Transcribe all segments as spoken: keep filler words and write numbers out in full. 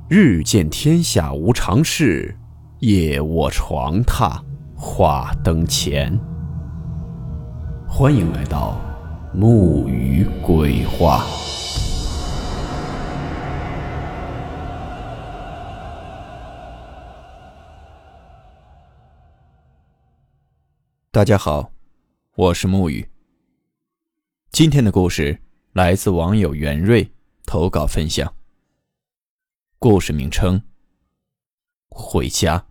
日见天下无常事，夜卧床榻话灯前。欢迎来到木鱼鬼话。大家好，我是木鱼。今天的故事来自网友袁瑞投稿分享，故事名称：回家。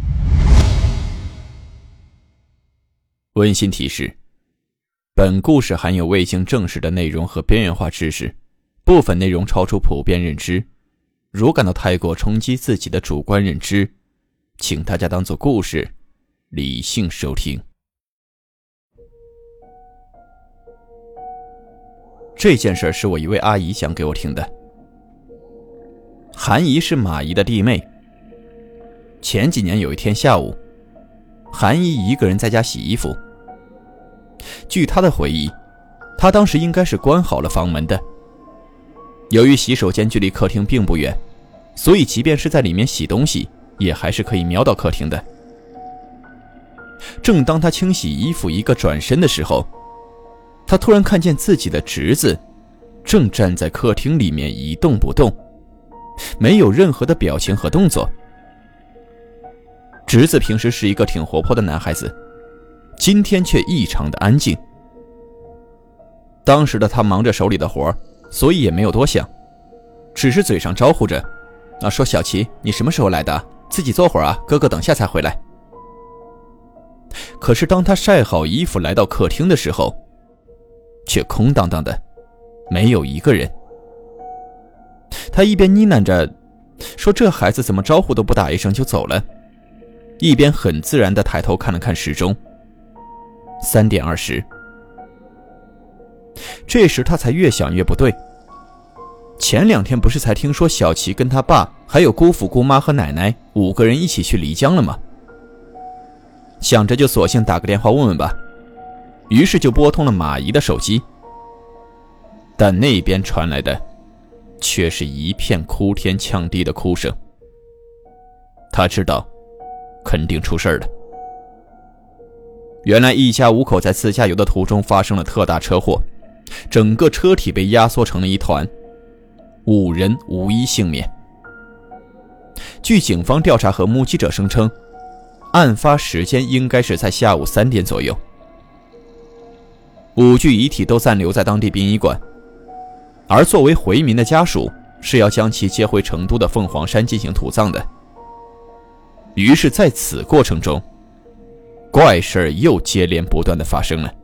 温馨提示：本故事含有未经证实的内容和边缘化知识，部分内容超出普遍认知，如感到太过冲击自己的主观认知，请大家当作故事，理性收听。这件事是我一位阿姨讲给我听的。韩姨是马姨的弟妹。前几年有一天下午，韩姨一个人在家洗衣服。据她的回忆，她当时应该是关好了房门的。由于洗手间距离客厅并不远，所以即便是在里面洗东西，也还是可以瞄到客厅的。正当她清洗衣服一个转身的时候，她突然看见自己的侄子正站在客厅里面一动不动，没有任何的表情和动作。侄子平时是一个挺活泼的男孩子，今天却异常的安静。当时的他忙着手里的活，所以也没有多想，只是嘴上招呼着啊，说小琪，你什么时候来的？自己坐会儿啊，哥哥等下才回来。可是当他晒好衣服来到客厅的时候，却空荡荡的，没有一个人。他一边呢喃着说这孩子怎么招呼都不打一声就走了，一边很自然地抬头看了看时钟，三点二十。这时他才越想越不对，前两天不是才听说小琪跟他爸还有姑父姑妈和奶奶五个人一起去漓江了吗？想着就索性打个电话问问吧，于是就拨通了马姨的手机。但那边传来的却是一片哭天抢地的哭声。他知道肯定出事了。原来一家五口在自驾游的途中发生了特大车祸，整个车体被压缩成了一团，五人无一幸免。据警方调查和目击者声称，案发时间应该是在下午三点左右。五具遗体都暂留在当地殡仪馆，而作为回民的家属是要将其接回成都的凤凰山进行土葬的。于是在此过程中，怪事又接连不断的发生了。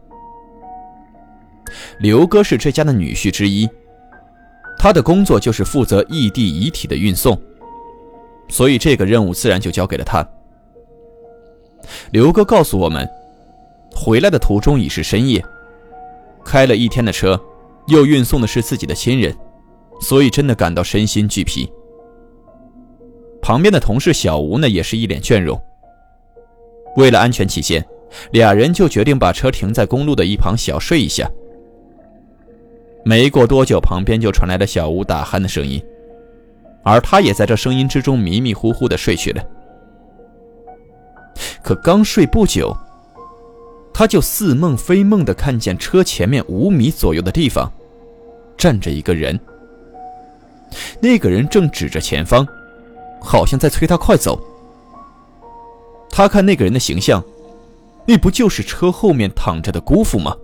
刘哥是这家的女婿之一，他的工作就是负责异地遗体的运送，所以这个任务自然就交给了他。刘哥告诉我们，回来的途中已是深夜，开了一天的车，又运送的是自己的亲人，所以真的感到身心俱疲。旁边的同事小吴呢，也是一脸倦容。为了安全起见，俩人就决定把车停在公路的一旁小睡一下。没过多久，旁边就传来了小吴打鼾的声音，而他也在这声音之中迷迷糊糊地睡去了。可刚睡不久，他就似梦非梦地看见车前面五米左右的地方站着一个人。那个人正指着前方，好像在催他快走。他看那个人的形象，那不就是车后面躺着的姑父吗？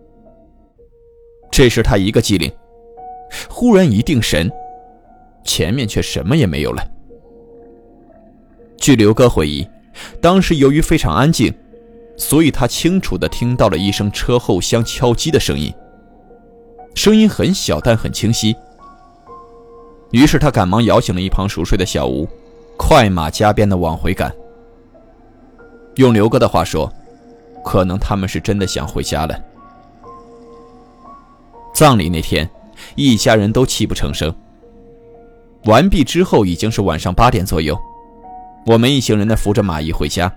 这时他一个机灵，忽然一定神，前面却什么也没有了。据刘哥回忆，当时由于非常安静，所以他清楚地听到了一声车后箱敲击的声音，声音很小但很清晰。于是他赶忙摇醒了一旁熟睡的小吴，快马加鞭地往回赶。用刘哥的话说，可能他们是真的想回家了。葬礼那天，一家人都泣不成声。完毕之后已经是晚上八点左右，我们一行人呢扶着马姨回家。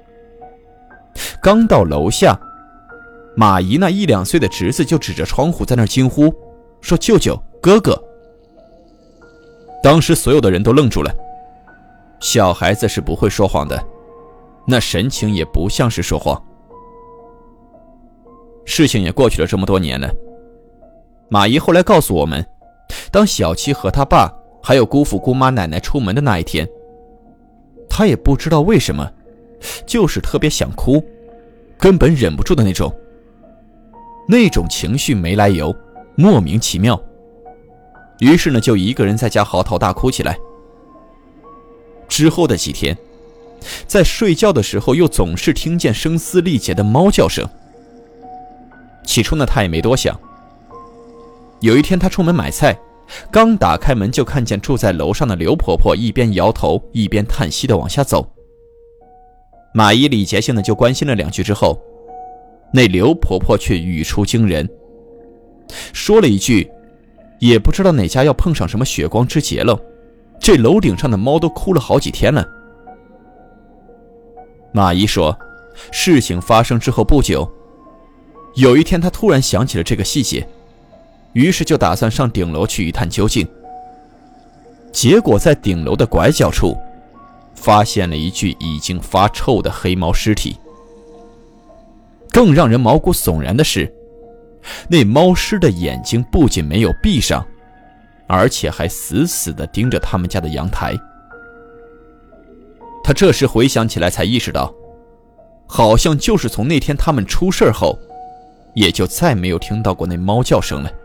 刚到楼下，马姨那一两岁的侄子就指着窗户在那儿惊呼，说舅舅哥哥。 当时所有的人都愣住了，小孩子是不会说谎的，那神情也不像是说谎。事情也过去了这么多年了，马姨后来告诉我们，当小七和他爸还有姑父姑妈奶奶出门的那一天，他也不知道为什么，就是特别想哭，根本忍不住的那种。那种情绪没来由，莫名其妙。于是呢，就一个人在家嚎啕大哭起来。之后的几天，在睡觉的时候又总是听见声嘶力竭的猫叫声。起初呢，他也没多想。有一天他出门买菜，刚打开门就看见住在楼上的刘婆婆一边摇头一边叹息地往下走。马姨礼节性的就关心了两句之后，那刘婆婆却语出惊人，说了一句，也不知道哪家要碰上什么血光之劫了，这楼顶上的猫都哭了好几天了。马姨说，事情发生之后不久，有一天她突然想起了这个细节，于是就打算上顶楼去一探究竟。结果在顶楼的拐角处发现了一具已经发臭的黑猫尸体。更让人毛骨悚然的是，那猫尸的眼睛不仅没有闭上，而且还死死地盯着他们家的阳台。他这时回想起来才意识到，好像就是从那天他们出事后，也就再没有听到过那猫叫声了。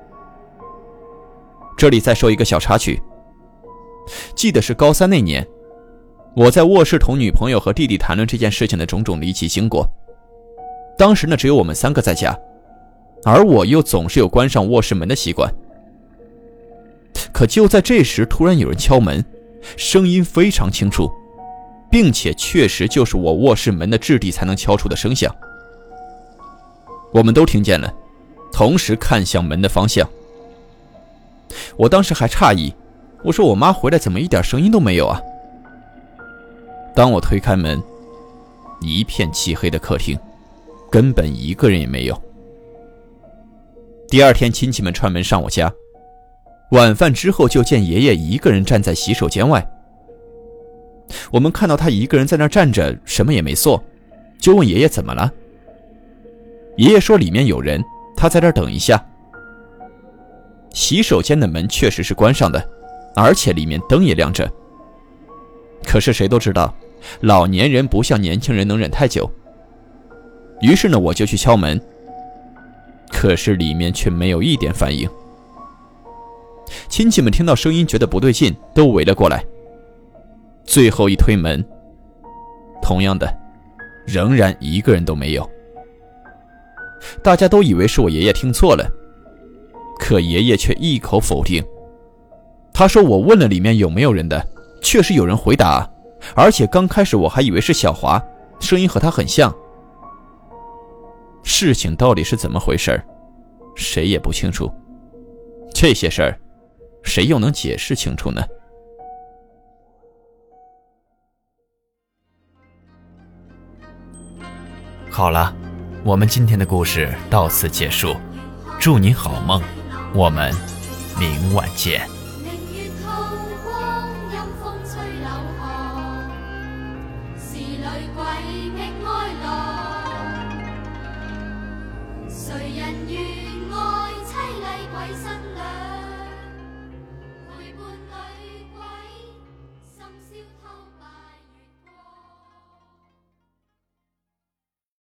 这里再说一个小插曲，记得是高三那年，我在卧室同女朋友和弟弟谈论这件事情的种种离奇经过。当时呢，只有我们三个在家，而我又总是有关上卧室门的习惯。可就在这时，突然有人敲门，声音非常清楚，并且确实就是我卧室门的质地才能敲出的声响。我们都听见了，同时看向门的方向。我当时还诧异，我说我妈回来怎么一点声音都没有啊？当我推开门，一片漆黑的客厅，根本一个人也没有。第二天亲戚们串门上我家，晚饭之后就见爷爷一个人站在洗手间外。我们看到他一个人在那站着，什么也没做，就问爷爷怎么了。爷爷说里面有人，他在这儿等一下。洗手间的门确实是关上的，而且里面灯也亮着。可是谁都知道，老年人不像年轻人能忍太久。于是呢，我就去敲门，可是里面却没有一点反应。亲戚们听到声音觉得不对劲，都围了过来。最后一推门，同样的，仍然一个人都没有。大家都以为是我爷爷听错了，可爷爷却一口否定。他说我问了里面有没有人的，确实有人回答，而且刚开始我还以为是小华，声音和他很像。事情到底是怎么回事，谁也不清楚。这些事儿，谁又能解释清楚呢？ 好了，我们今天的故事到此结束，祝您好梦，我们明晚见。谁人愿我